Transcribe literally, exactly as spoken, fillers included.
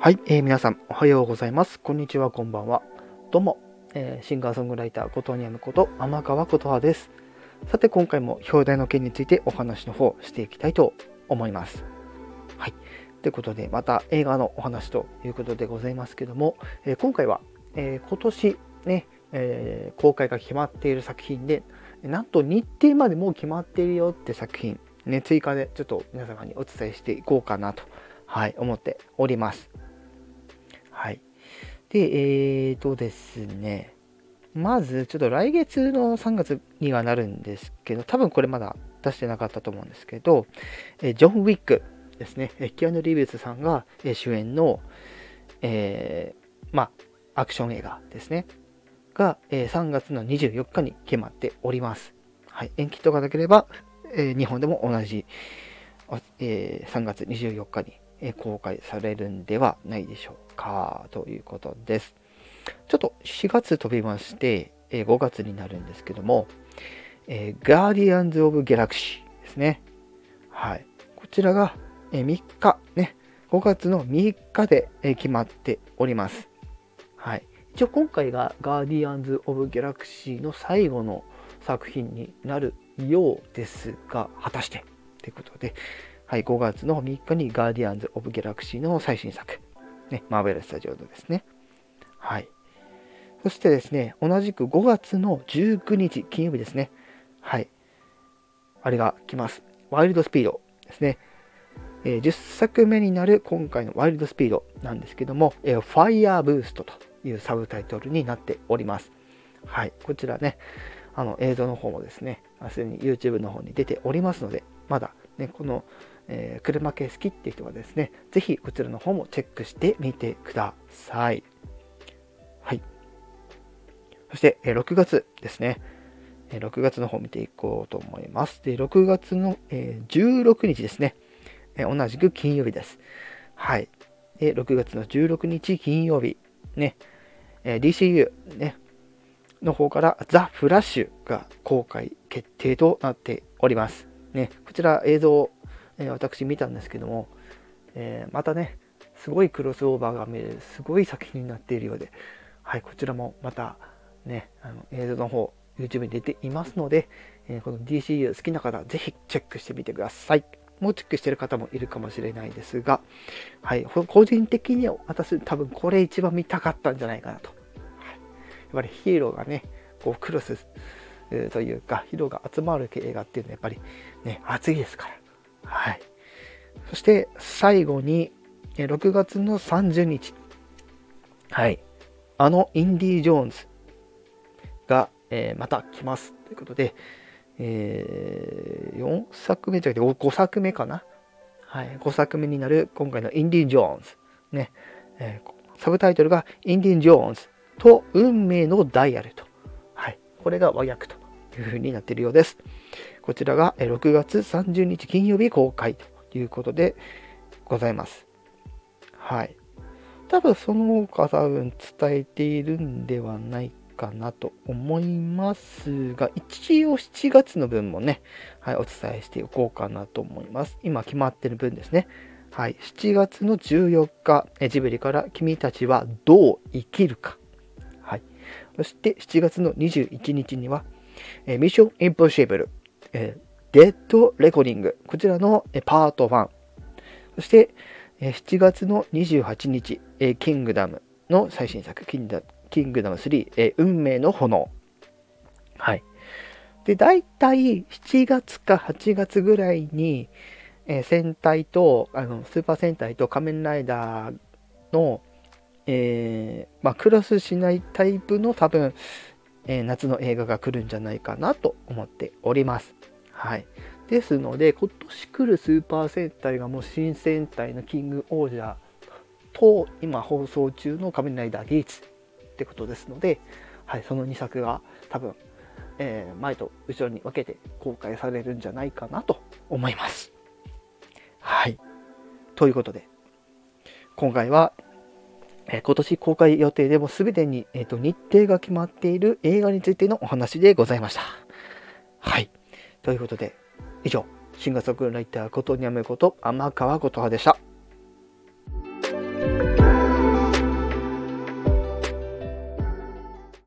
はい、えー皆さんおはようございます。こんにちは、こんばんは。どうも、えーシンガーソングライターことにゃむこと天川琴葉です。さて今回も表題の件についてお話の方していきたいと思います。はい。ということでまた映画のお話ということでございますけども、えー今回は、えー今年ね、えー公開が決まっている作品で、なんと日程までもう決まっているよって作品、ね、追加でちょっと皆様にお伝えしていこうかなと、はい、思っております。はい。で、えーとですね、まずちょっと来月のさんがつにはなるんですけど、多分これまだ出してなかったと思うんですけど、えジョン・ウィックですね、えキアヌ・リーブスさんがえ主演の、えーまあ、アクション映画ですね、がえさんがつのにじゅうよっかに決まっております。はい、延期とかなければ、えー日本でも同じ、えーさんがつにじゅうよっかにえー公開されるんではないでしょうかということです。ちょっとしがつ飛びまして、えーごがつになるんですけども、えー、ガーディアンズ・オブ・ギャラクシーですね。はい。こちらが、えーみっか、ね、ごがつのみっかで、えー決まっております。はい。一応今回がガーディアンズ・オブ・ギャラクシーの最後の作品になるようですが、果たしてということで、はい、ごがつのみっかにガーディアンズ・オブ・ギャラクシーの最新作、ね、マーベル・スタジオのですね。はい。そしてですね、同じくごがつのじゅうくにち金曜日ですね。はい。あれが来ます。ワイルドスピードですね。えーじゅっさくめになる今回のワイルドスピードなんですけども、えー、ファイヤーブーストというサブタイトルになっております。はい。こちらね、あの映像の方もですね、すでに YouTube の方に出ておりますので、まだね、この、えー車系好きっていう人はですね、ぜひこちらの方もチェックしてみてください。はい。そして、えーろくがつですね。えーろくがつの方見ていこうと思います。で、ろくがつの、えーじゅうろくにちですね。えー同じく金曜日です。はい。で、ろくがつのじゅうろくにち金曜日、ね、えー ディーシーユー、ね、の方からザ・フラッシュが公開決定となっております。ね、こちら映像、えー私見たんですけども、えーまたね、すごいクロスオーバーが見れる、すごい作品になっているようで、はい、こちらもまたね、あの映像の方、YouTube に出ていますので、えーこの ディーシーユー 好きな方、ぜひチェックしてみてください。もうチェックしてる方もいるかもしれないですが、はい、個人的には私多分これ一番見たかったんじゃないかなと。はい、やっぱりヒーローがね、こうクロスというか、ヒーローが集まる映画っていうのはやっぱりね、熱いですから。はい。そして最後に、ろくがつのさんじゅうにち、はい、あのインディ・ジョーンズが、えーまた来ますということで、えーよんさくめじゃなくてごさくめかな、はい、ごさくめになる今回のインディ・ジョーンズ、ね、えーサブタイトルがインディ・ジョーンズと運命のダイヤルと、はい、これが和訳という風になっているようです。こちらがろくがつさんじゅうにち金曜日公開ということでございます。はい。多分その他多分伝えているんではないかなと思いますが、一応しちがつの分もね、はい、お伝えしておこうかなと思います。今決まってる分ですね。はい、しちがつのじゅうよっか、ジブリから君たちはどう生きるか。はい。そしてしちがつのにじゅういちにちには、ミッションインポッシブル、デッドレコーディング、こちらのパートワン。そしてしちがつのにじゅうはちにち、キングダムの最新作、キンダキングダムスリー、運命の炎。はい。で、大体しちがつかはちがつぐらいに、えー戦隊と、あの、スーパー戦隊と仮面ライダーの、えーまあ、クロスしないタイプの多分、えー夏の映画が来るんじゃないかなと思っております。はい。ですので、今年来るスーパー戦隊がもう新戦隊のキングオージャーと、今放送中の仮面ライダーギーツってことですので、はい、そのにさくが多分、えー前と後ろに分けて公開されるんじゃないかなと思います。はい。ということで、今回は、えー今年公開予定でも全てに、えーと、日程が決まっている映画についてのお話でございました。はい。ということで、以上、シンガーソングライターことにゃむこと天川琴葉でした。